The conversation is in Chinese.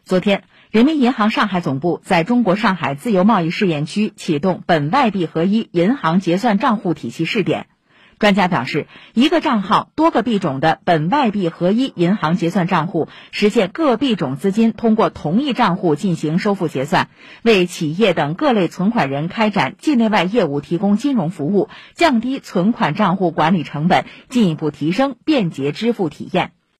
昨天，人民银行上海总部在中国上海自由贸易试验区启动本外币合一银行结算账户体系试点。专家表示，一个账号多个币种的本外币合一银行结算账户，实现各币种资金通过同一账户进行收付结算，为企业等各类存款人开展境内外业务提供金融服务，降低存款账户管理成本，进一步提升便捷支付体验。